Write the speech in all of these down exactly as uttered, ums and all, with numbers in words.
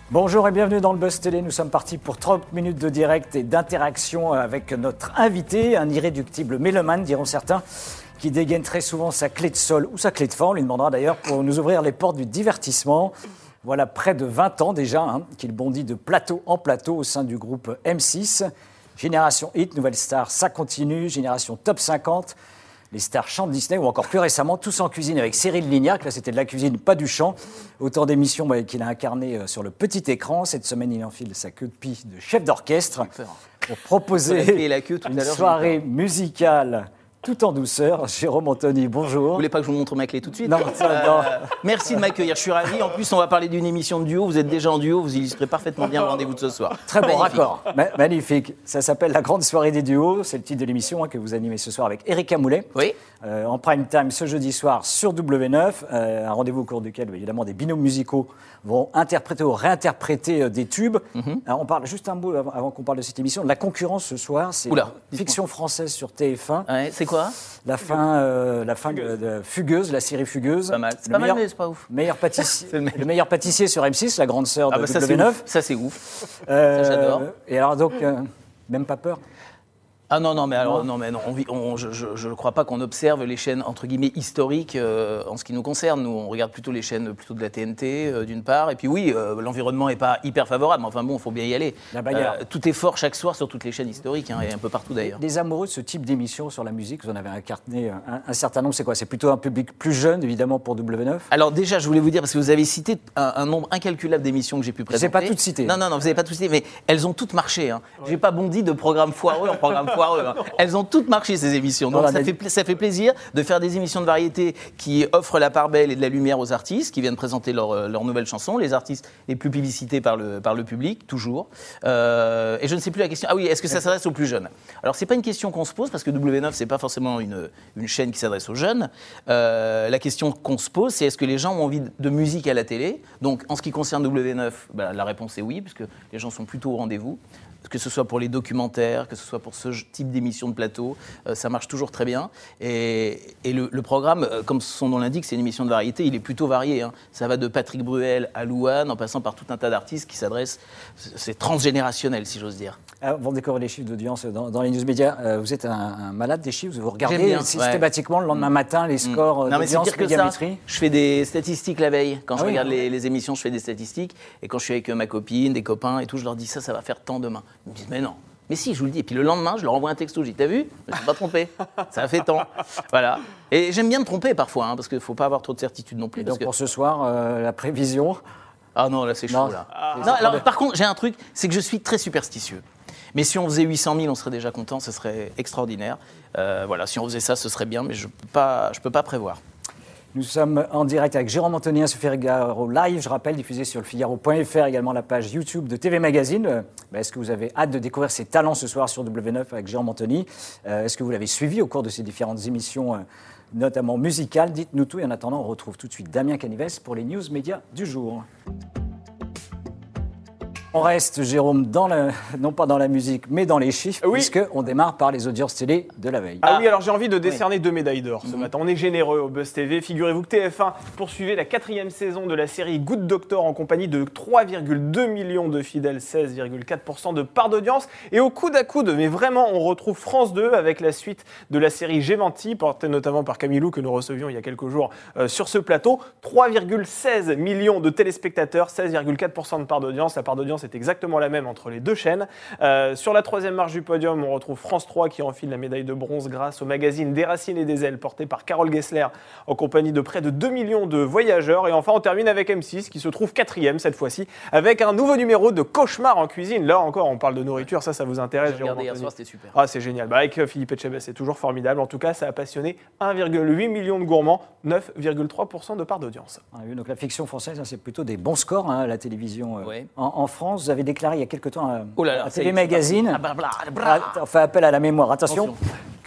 Bonjour et bienvenue dans le Buzz Télé. Nous sommes partis pour trente minutes de direct et d'interaction avec notre invité, un irréductible mélomane, diront certains, qui dégaine très souvent sa clé de sol ou sa clé de fin. On lui demandera d'ailleurs pour nous ouvrir les portes du divertissement. Voilà près de vingt ans déjà hein, qu'il bondit de plateau en plateau au sein du groupe M six. Génération Hit, Nouvelle Star, ça continue. Génération Top cinquante. Les stars chantent Disney ou encore plus récemment Tous en cuisine avec Cyril Lignac. Là, c'était de la cuisine, pas du chant. Autant d'émissions bah, qu'il a incarnées sur le petit écran. Cette semaine, il enfile sa queue de pie de chef d'orchestre pour proposer la queue tout une soirée musicale tout en douceur. Jérôme Anthony, bonjour. Vous voulez pas que je vous montre ma clé tout de suite? Non, ça, euh, non. Merci de m'accueillir, je suis ravi. En plus, on va parler d'une émission de duo. Vous êtes déjà en duo, vous illustrez parfaitement bien le rendez-vous de ce soir. Très bon Magnifique. raccord, Ma- magnifique. Ça s'appelle La Grande Soirée des Duos. C'est le titre de l'émission hein, que vous animez ce soir avec Erika Moulet. Oui. Euh, en prime time ce jeudi soir sur W neuf. Euh, un rendez-vous au cours duquel, évidemment, des binômes musicaux vont interpréter ou réinterpréter euh, des tubes. Mm-hmm. Alors, on parle juste un mot avant, avant qu'on parle de cette émission. La concurrence ce soir, c'est Oula, fiction française sur T F un. Ouais, c'est quoi? La fin, euh, la fin de, de Fugueuse, la série Fugueuse. Pas mal. C'est le pas meilleur, mal, mais c'est pas ouf. Meilleur pâtissier, le, le meilleur pâtissier sur M six, la grande sœur de ah bah ça, W neuf. Ça, c'est ouf. Euh, ça, j'adore. Et alors, donc, euh, même pas peur? Ah non, non, mais alors, non, mais non, on vit, on, je ne crois pas qu'on observe les chaînes, entre guillemets, historiques euh, en ce qui nous concerne. Nous, on regarde plutôt les chaînes plutôt de la T N T, euh, d'une part. Et puis oui, euh, l'environnement n'est pas hyper favorable, mais enfin bon, il faut bien y aller. La bagarre. Euh, tout est fort chaque soir sur toutes les chaînes historiques, hein, et un peu partout d'ailleurs. Des amoureux de ce type d'émission sur la musique, vous en avez incarné un, un certain nombre. C'est quoi? C'est plutôt un public plus jeune, évidemment, pour W neuf? Alors déjà, je voulais vous dire, parce que vous avez cité un, un nombre incalculable d'émissions que j'ai pu présenter. Je ne les ai pas toutes citées. Non, non, non, vous n'avez pas toutes citées, mais elles ont toutes marché. Hein. Ouais. Je n'ai pas bondi de programme foireux en programme foireux. Hein. Elles ont toutes marché, ces émissions. Donc, ça fait, ça fait plaisir de faire des émissions de variété qui offrent la part belle et de la lumière aux artistes, qui viennent présenter leurs leur nouvelles chansons, les artistes les plus publicités par le, par le public, toujours. Euh, et je ne sais plus la question. Ah oui, est-ce que ça s'adresse aux plus jeunes? Alors, ce n'est pas une question qu'on se pose, parce que W neuf, ce n'est pas forcément une, une chaîne qui s'adresse aux jeunes. Euh, la question qu'on se pose, c'est est-ce que les gens ont envie de musique à la télé? Donc, en ce qui concerne W neuf, bah, la réponse est oui, puisque les gens sont plutôt au rendez-vous. Que ce soit pour les documentaires, que ce soit pour ce type d'émission de plateau, euh, ça marche toujours très bien. Et, et le, le programme, euh, comme son nom l'indique, c'est une émission de variété, il est plutôt varié. Hein. Ça va de Patrick Bruel à Louane, en passant par tout un tas d'artistes qui s'adressent, c'est transgénérationnel, si j'ose dire. Avant de décorer les chiffres d'audience dans, dans les news médias, euh, vous êtes un, un malade des chiffres, vous regardez bien, systématiquement ouais. le lendemain matin les scores mmh. non, d'audience, mais c'est pire que ça. Je fais des statistiques la veille. Quand ah je oui, regarde oui. les, les émissions, je fais des statistiques. Et quand je suis avec ma copine, des copains et tout, je leur dis ça, ça va faire tant demain. Ils me disent mais non. Mais si, je vous le dis. Et puis le lendemain, je leur envoie un texto. Je dis, t'as vu? Je ne me suis pas trompé. Ça a fait tant. Voilà. Et j'aime bien me tromper parfois, hein, parce qu'il ne faut pas avoir trop de certitude non plus. Et donc parce que... pour ce soir, euh, la prévision? Ah non, là c'est chaud. Non. Là. Ah. Non, alors, par contre, j'ai un truc, c'est que je suis très superstitieux. Mais si on faisait huit cent mille, on serait déjà content, ce serait extraordinaire. Euh, voilà, si on faisait ça, ce serait bien, mais je ne peux pas, je peux pas prévoir. Nous sommes en direct avec Jérôme Anthony sur Figaro Live, je rappelle, diffusé sur le Figaro point F R, également la page YouTube de T V Magazine. Euh, bah, est-ce que vous avez hâte de découvrir ses talents ce soir sur W neuf avec Jérôme Anthony? euh, Est-ce que vous l'avez suivi au cours de ces différentes émissions, euh, notamment musicales? Dites-nous tout et en attendant, on retrouve tout de suite Damien Canives pour les news médias du jour. On reste, Jérôme, dans la, non pas dans la musique, mais dans les chiffres, oui. puisqu'on démarre par les audiences télé de la veille. Ah, ah oui, alors j'ai envie de décerner oui. deux médailles d'or ce mmh. matin. On est généreux au Buzz T V. Figurez-vous que T F un poursuivait la quatrième saison de la série Good Doctor en compagnie de trois virgule deux millions de fidèles, seize virgule quatre pour cent de part d'audience. Et au coude à coude, mais vraiment, on retrouve France deux avec la suite de la série J'ai menti, portée notamment par Camilou, que nous recevions il y a quelques jours euh, sur ce plateau. trois virgule seize millions de téléspectateurs, seize virgule quatre pour cent de part d'audience. La part d'audience est exactement la même entre les deux chaînes. Euh, sur la troisième marche du podium, on retrouve France trois qui enfile la médaille de bronze grâce au magazine Des Racines et des Ailes porté par Carole Gessler en compagnie de près de deux millions de voyageurs. Et enfin, on termine avec M six qui se trouve quatrième cette fois-ci avec un nouveau numéro de Cauchemar en cuisine. Là encore, on parle de nourriture, ça, ça vous intéresse? J'ai regardé hier soir, c'était super. Ah, c'est génial. Bah, avec Philippe Etchebest, c'est toujours formidable. En tout cas, ça a passionné un virgule huit million de gourmands, neuf virgule trois pour cent de part d'audience. Ah, donc la fiction française, c'est plutôt des bons scores hein, à la télévision. Euh, oui. en, en France, vous avez déclaré il y a quelque temps à, oh là là, à T V Magazine, ah, bla, bla, bla. on fait appel à la mémoire. Attention, Attention.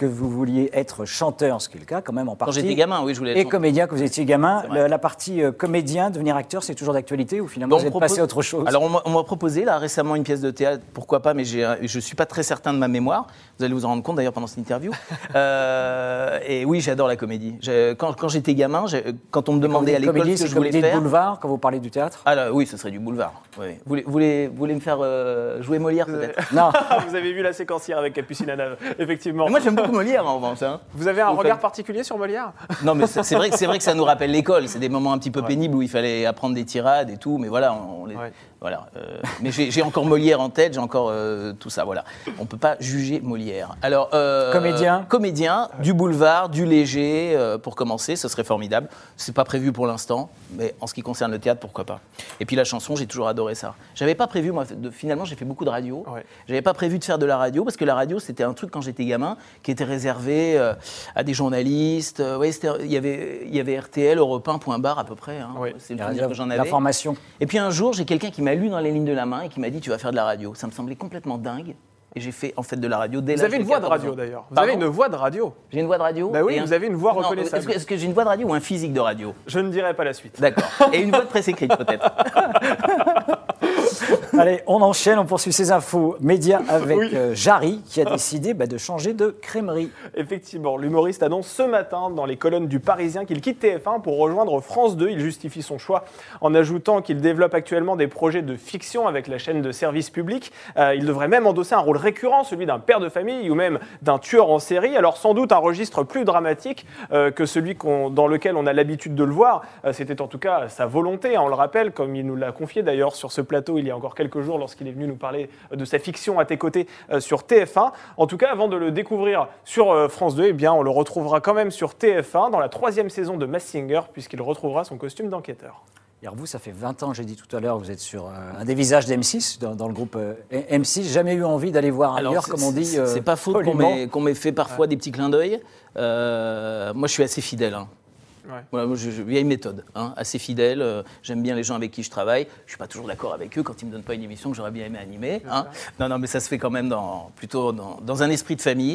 que vous vouliez être chanteur, ce qui est le cas quand même en partie. Quand j'étais gamin, oui, je voulais être Et chanteur. comédien, que vous étiez gamin. Le, la partie euh, comédien, devenir acteur, c'est toujours d'actualité ou finalement Bon, vous êtes propose... passé à autre chose? Alors on m'a, on m'a proposé là récemment une pièce de théâtre, pourquoi pas, mais j'ai, je ne suis pas très certain de ma mémoire. Vous allez vous en rendre compte d'ailleurs pendant cette interview. euh, et oui, j'adore la comédie. J'ai, quand, quand j'étais gamin, j'ai, quand on me demandait à l'école comédie, ce que c'est je voulais comédie faire... de boulevard, quand vous parlez du théâtre? Ah là, oui, ce serait du boulevard. Oui. Vous, voulez, vous, voulez, vous voulez me faire euh, jouer Molière peut-être? Non. Vous avez vu la séquence hier avec Capucine Anave, effectivement. Mais moi j'aime beaucoup Molière en revanche. Hein. Vous avez un Vous regard faites... particulier sur Molière? Non, mais c'est, c'est, vrai, c'est vrai que ça nous rappelle l'école. C'est des moments un petit peu ouais. pénibles où il fallait apprendre des tirades et tout, mais voilà, on, on les... ouais. Voilà, euh, mais j'ai, j'ai encore Molière en tête, j'ai encore euh, tout ça, voilà. On ne peut pas juger Molière. Alors, euh, comédien Comédien, ouais. du boulevard, du léger, euh, pour commencer, ce serait formidable. Ce n'est pas prévu pour l'instant, mais en ce qui concerne le théâtre, pourquoi pas. Et puis la chanson, j'ai toujours adoré ça. Je n'avais pas prévu, moi, de, finalement, j'ai fait beaucoup de radio. Ouais. Je n'avais pas prévu de faire de la radio, parce que la radio, c'était un truc, quand j'étais gamin, qui était réservé euh, à des journalistes. Euh, ouais, il y avait, il y avait R T L, Europe un, point barre à peu près. Hein. Ouais. C'est le souvenir que j'en avais. L'information. Et puis un jour, j'ai quelqu'un qui m'a lu dans les lignes de la main et qui m'a dit tu vas faire de la radio. Ça me semblait complètement dingue et j'ai fait en fait de la radio dès l'âge de Vous avez une voix de radio d'ailleurs. Vous Pardon avez une voix de radio. J'ai une voix de radio. Bah oui, vous un... avez une voix non, reconnaissable. Est-ce que, est-ce que j'ai une voix de radio ou un physique de radio? Je ne dirai pas la suite. D'accord. Et une voix de presse écrite peut-être. Allez, on enchaîne, on poursuit ces infos médias avec oui. euh, Jarry qui a décidé bah, de changer de crèmerie. Effectivement, l'humoriste annonce ce matin dans les colonnes du Parisien qu'il quitte T F un pour rejoindre France deux. Il justifie son choix en ajoutant qu'il développe actuellement des projets de fiction avec la chaîne de service public. Euh, il devrait même endosser un rôle récurrent, celui d'un père de famille ou même d'un tueur en série. Alors sans doute un registre plus dramatique euh, que celui qu'on, dans lequel on a l'habitude de le voir. Euh, c'était en tout cas sa volonté, hein, on le rappelle, comme il nous l'a confié d'ailleurs sur ce plateau il y a encore quelques jours lorsqu'il est venu nous parler de sa fiction à tes côtés euh, sur T F un. En tout cas, avant de le découvrir sur euh, France deux, eh bien, on le retrouvera quand même sur T F un dans la troisième saison de Masked Singer puisqu'il retrouvera son costume d'enquêteur. Alors vous, ça fait vingt ans, j'ai dit tout à l'heure, vous êtes sur euh, un des visages d'M six, dans, dans le groupe euh, M six. Jamais eu envie d'aller voir ailleurs, comme on dit. Euh, c'est pas faute qu'on m'ait, qu'on m'ait fait parfois ouais. des petits clins d'œil. Euh, moi, je suis assez fidèle. Hein. Ouais. Voilà, moi, je, je, vieille méthode, hein, assez fidèle. Euh, j'aime bien les gens avec qui je travaille. Je ne suis pas toujours d'accord avec eux quand ils ne me donnent pas une émission que j'aurais bien aimé animer. Hein. Non, non, mais ça se fait quand même dans, plutôt dans, dans un esprit de famille.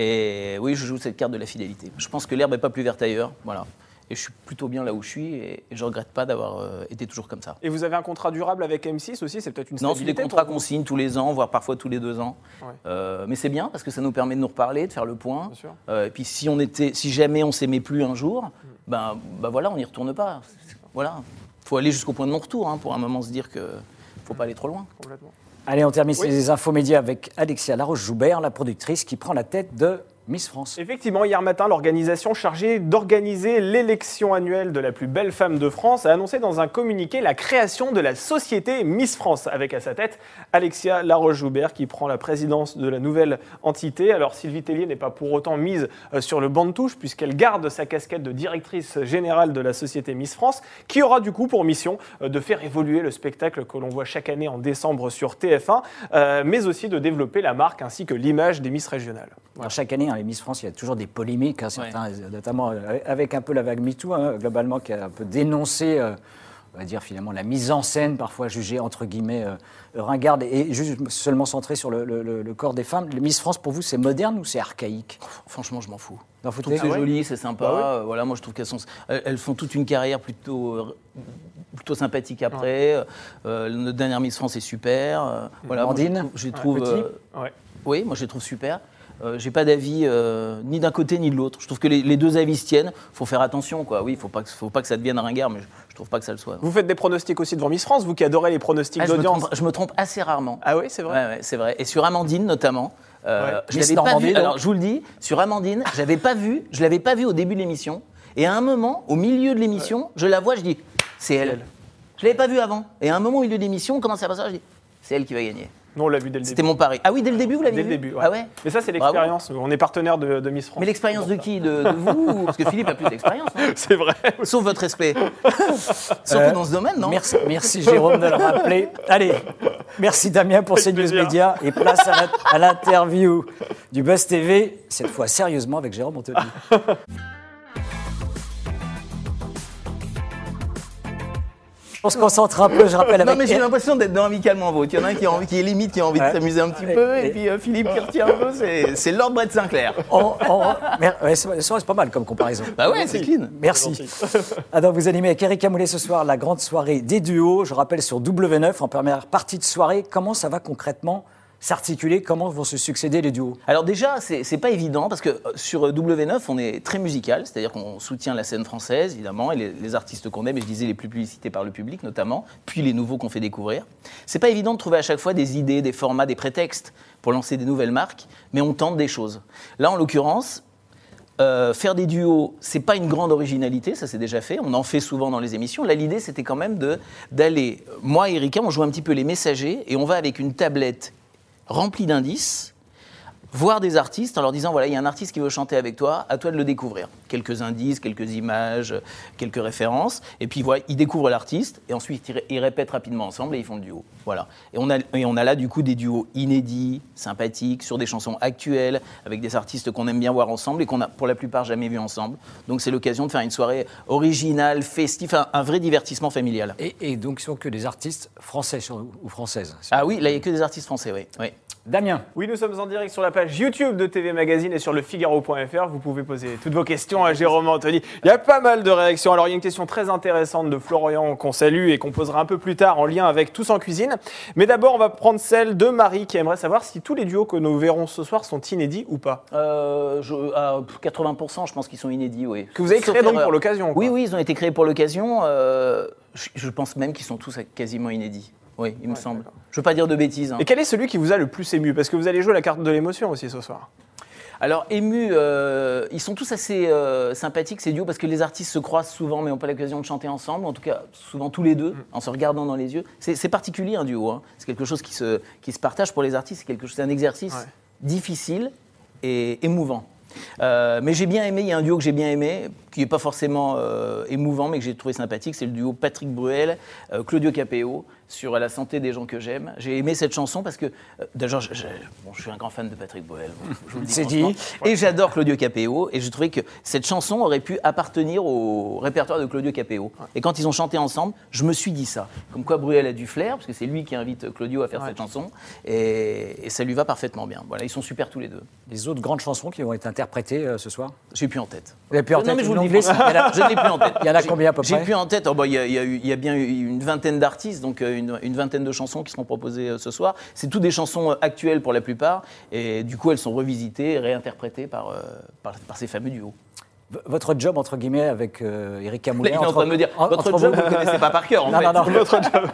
Et oui, je joue cette carte de la fidélité. Je pense que l'herbe n'est pas plus verte ailleurs. Voilà. Et je suis plutôt bien là où je suis et, et je ne regrette pas d'avoir euh, été toujours comme ça. Et vous avez un contrat durable avec M six aussi? C'est peut-être une Non, stabilité? c'est des contrats qu'on signe tous les ans, voire parfois tous les deux ans. Ouais. Euh, mais c'est bien parce que ça nous permet de nous reparler, de faire le point. Bien sûr. Euh, et puis si, on était, si jamais on ne s'aimait plus un jour, mm. ben, ben voilà, on n'y retourne pas. Voilà. Il faut aller jusqu'au point de non-retour hein, pour un moment se dire qu'il ne faut pas aller trop loin. Complètement. Allez, on termine oui. ces infos médias avec Alexia Laroche-Joubert, la productrice qui prend la tête de Miss France. Effectivement, hier matin, l'organisation chargée d'organiser l'élection annuelle de la plus belle femme de France a annoncé dans un communiqué la création de la société Miss France, avec à sa tête Alexia Laroche-Joubert qui prend la présidence de la nouvelle entité. Alors Sylvie Tellier n'est pas pour autant mise sur le banc de touche puisqu'elle garde sa casquette de directrice générale de la société Miss France, qui aura du coup pour mission de faire évoluer le spectacle que l'on voit chaque année en décembre sur T F un, euh, mais aussi de développer la marque ainsi que l'image des Miss régionales. Voilà. Alors, chaque année, les Miss France, il y a toujours des polémiques, hein, certains, ouais. notamment avec un peu la vague MeToo, hein, globalement, qui a un peu dénoncé, euh, on va dire finalement, la mise en scène, parfois jugée entre guillemets euh, ringarde, et juste seulement centrée sur le, le, le corps des femmes. Les Miss France, pour vous, c'est moderne ou c'est archaïque? Franchement, je m'en fous. Je trouve que c'est ah ouais joli, c'est sympa. Bah ouais. euh, voilà, moi, je trouve qu'elles sont, elles, elles font toute une carrière plutôt, euh, plutôt sympathique après. Ouais. Euh, notre dernière Miss France est super. Euh, voilà, Amandine, je les trouve. Ouais, euh, ouais. Oui, moi, je les trouve super. Euh, j'ai pas d'avis euh, ni d'un côté ni de l'autre. Je trouve que les, les deux avis se tiennent. Faut faire attention, quoi. Oui, faut pas, que, faut pas que ça devienne ringard, mais je, je trouve pas que ça le soit. Non. Vous faites des pronostics aussi devant Miss France, vous qui adorez les pronostics ah, d'audience. Je me, trompe, je me trompe assez rarement. Ah oui, c'est vrai. Ouais, ouais, c'est vrai. Et sur Amandine notamment. Euh, ouais. Je l'avais pas vu. Alors je vous le dis, sur Amandine, j'avais pas vu. Je l'avais pas vu au début de l'émission. Et à un moment, au milieu de l'émission, ouais. je la vois, je dis, c'est elle. elle. Je l'avais pas vue avant. Et à un moment, au milieu de l'émission, on commence à passer, je dis, c'est elle qui va gagner. Non, on l'a vu dès le début. C'était mon pari. Ah oui, dès le début, vous l'avez vu? Dès le début, ouais. Ah ouais. Mais ça, c'est l'expérience. Bravo. On est partenaire de, de Miss France. Mais l'expérience de qui? de, de vous? Parce que Philippe a plus d'expérience. Hein. C'est vrai. Sauf votre respect. Surtout euh, dans ce domaine, non? Merci, merci Jérôme de le rappeler. Allez, merci Damien pour ces news médias. Et place à, la, à l'interview du Buzz T V, cette fois sérieusement avec Jérôme Anthony. On se concentre un peu, je rappelle. Non, avec... mais j'ai l'impression d'être dans Amicalement Vôtre. Il y en a un qui, a envie, qui est limite, qui a envie de s'amuser un petit peu, et, et puis euh, Philippe qui retient un peu, c'est, c'est Lord Brett Sinclair. On, on... Mais, ouais, c'est, c'est pas mal comme comparaison. Bah ouais, c'est clean. Merci. Alors, vous animez avec Eric Amoulet ce soir la grande soirée des duos. Je rappelle sur W neuf en première partie de soirée. Comment ça va concrètement s'articuler? Comment vont se succéder les duos? Alors déjà, c'est, c'est pas évident parce que sur W neuf, on est très musical, c'est-à-dire qu'on soutient la scène française, évidemment, et les, les artistes qu'on aime, et je disais les plus publicités par le public notamment, puis les nouveaux qu'on fait découvrir. C'est pas évident de trouver à chaque fois des idées, des formats, des prétextes pour lancer des nouvelles marques, mais on tente des choses. Là, en l'occurrence, euh, faire des duos, c'est pas une grande originalité, ça c'est déjà fait, on en fait souvent dans les émissions. Là, l'idée, c'était quand même de, d'aller, moi et Erika, on joue un petit peu les messagers, et on va avec une tablette rempli d'indices, voir des artistes en leur disant voilà, il y a un artiste qui veut chanter avec toi, à toi de le découvrir. Quelques indices, quelques images, quelques références, et puis voilà, ils découvrent l'artiste, et ensuite ils, ré- ils répètent rapidement ensemble et ils font le duo. Voilà. Et on a, et on a là du coup des duos inédits, sympathiques, sur des chansons actuelles, avec des artistes qu'on aime bien voir ensemble et qu'on a pour la plupart jamais vus ensemble. Donc c'est l'occasion de faire une soirée originale, festive, un, un vrai divertissement familial. Et, et donc, ils sont que des artistes français sur, ou françaises? Ah oui, là il n'y a que des artistes français, oui. oui. Damien. Oui, nous sommes en direct sur la page YouTube de T V Magazine et sur le Figaro point F R. Vous pouvez poser toutes vos questions à Jérôme Anthony. Il y a pas mal de réactions. Alors, il y a une question très intéressante de Florian qu'on salue et qu'on posera un peu plus tard en lien avec Tous en cuisine. Mais d'abord, on va prendre celle de Marie qui aimerait savoir si tous les duos que nous verrons ce soir sont inédits ou pas. Euh, je, à quatre-vingts pour cent, je pense qu'ils sont inédits, oui. Que vous avez créés donc pour l'occasion. Oui, oui, ils ont été créés pour l'occasion. Euh, je, je pense même qu'ils sont tous quasiment inédits. Oui, il me ouais, semble. D'accord. Je ne veux pas dire de bêtises. Hein. Et quel est celui qui vous a le plus ému? Parce que vous allez jouer la carte de l'émotion aussi ce soir. Alors, ému, euh, ils sont tous assez euh, sympathiques, ces duos, parce que les artistes se croisent souvent, mais n'ont pas l'occasion de chanter ensemble. En tout cas, souvent tous les deux, mmh. en se regardant dans les yeux. C'est, c'est particulier, un duo. Hein. C'est quelque chose qui se, qui se partage pour les artistes. C'est, quelque chose, c'est un exercice ouais. difficile et émouvant. Euh, mais j'ai bien aimé, il y a un duo que j'ai bien aimé, qui n'est pas forcément euh, émouvant, mais que j'ai trouvé sympathique, c'est le duo Patrick Bruel, euh, Claudio Capéo, sur la santé des gens que j'aime. J'ai aimé cette chanson parce que, euh, déjà, je, je, bon, je suis un grand fan de Patrick Bruel, bon, je vous le dis c'est dit. Et j'adore Claudio Capéo, et je trouvais que cette chanson aurait pu appartenir au répertoire de Claudio Capéo. Et quand ils ont chanté ensemble, je me suis dit ça. Comme quoi Bruel a du flair, parce que c'est lui qui invite Claudio à faire ouais. cette chanson, et, et ça lui va parfaitement bien. Voilà, ils sont super tous les deux. Les autres grandes chansons qui vont être interprétées euh, ce soir? J'ai plus en tête. Vous n'avez plus en tête? Non, mais je vous le dis, je n'ai plus en tête. Il y en a combien à peu près? J'ai plus en tête. Oh, bah, il, y a, il, y a eu, il y a bien eu une vingtaine d'artistes, donc une, une vingtaine de chansons qui seront proposées euh, ce soir. C'est toutes des chansons actuelles pour la plupart, et du coup elles sont revisitées et réinterprétées par, euh, par, par ces fameux duos. Votre job, entre guillemets, avec euh, Eric Amoulet... Il est en train de me dire, votre job, vous ne connaissez pas par cœur, en non, fait. Non, non, votre job.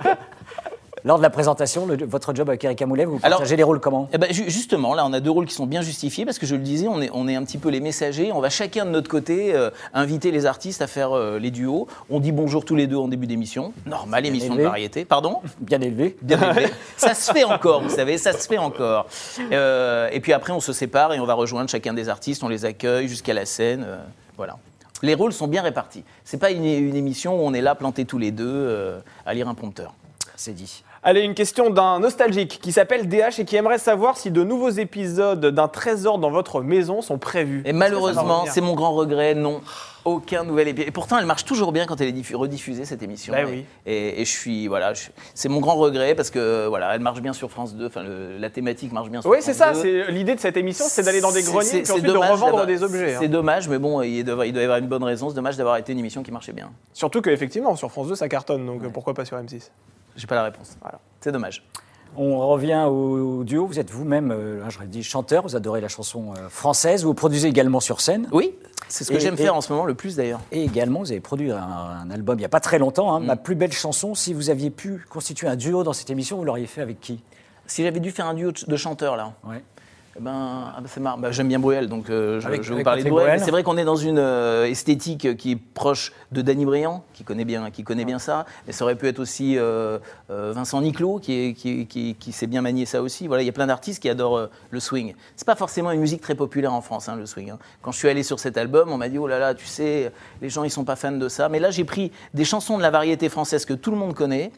Lors de la présentation, le, votre job avec Eric Amoulet, vous partagez les rôles comment? eh ben, Justement, là, on a deux rôles qui sont bien justifiés, parce que je le disais, on est, on est un petit peu les messagers. On va chacun de notre côté euh, inviter les artistes à faire euh, les duos. On dit bonjour tous les deux en début d'émission. Normal, bien émission élevé. De variété. Pardon? Bien élevé. Bien élevé. Ça se fait encore, vous savez, ça se fait encore. Euh, et puis après, on se sépare et on va rejoindre chacun des artistes. On les accueille jusqu'à la scène. Euh, voilà. Les rôles sont bien répartis. C'est pas une, une émission où on est là plantés tous les deux euh, à lire un prompteur. C'est dit. Allez, une question d'un nostalgique qui s'appelle D H et qui aimerait savoir si de nouveaux épisodes d'un trésor dans votre maison sont prévus. Et malheureusement, c'est mon grand regret, non. Aucun nouvel épisode. Et pourtant, elle marche toujours bien quand elle est diffu- rediffusée, cette émission. Bah et, oui. et, et je suis, voilà, je, c'est mon grand regret parce que voilà, elle marche bien sur France deux. Enfin, le, la thématique marche bien sur oui, France deux. Oui, c'est ça. C'est, l'idée de cette émission, c'est d'aller dans des greniers c'est, et puis c'est ensuite dommage, de revendre des objets. C'est hein. dommage, mais bon, il doit, il doit y avoir une bonne raison. C'est dommage d'avoir été une émission qui marchait bien. Surtout qu'effectivement, sur France deux, ça cartonne. Donc ouais. pourquoi pas sur M six? J'ai pas la réponse. Voilà. C'est dommage. On revient au duo. Vous êtes vous-même, euh, j'aurais dit chanteur, vous adorez la chanson euh, française, vous produisez également sur scène. Oui, c'est ce que et, j'aime et, faire en ce moment le plus d'ailleurs. Et également, vous avez produit un, un album il n'y a pas très longtemps, hein, mm. Ma plus belle chanson. Si vous aviez pu constituer un duo dans cette émission, vous l'auriez fait avec qui? Si j'avais dû faire un duo de chanteurs là. Ouais. Ben, ah ben c'est marrant. Ben, j'aime bien Bruel, donc euh, je, avec, je vais vous parler de Bruel. Bruel. C'est vrai qu'on est dans une euh, esthétique qui est proche de Danny Briand, qui connaît bien, qui connaît bien ça. Mais ça aurait pu être aussi euh, euh, Vincent Niclot, qui, est, qui, qui, qui sait bien manier ça aussi. Voilà, il y a plein d'artistes qui adorent euh, le swing. C'est pas forcément une musique très populaire en France, hein, le swing. Hein. Quand je suis allé sur cet album, on m'a dit oh là là, tu sais, les gens ils sont pas fans de ça. Mais là, j'ai pris des chansons de la variété française que tout le monde connaît,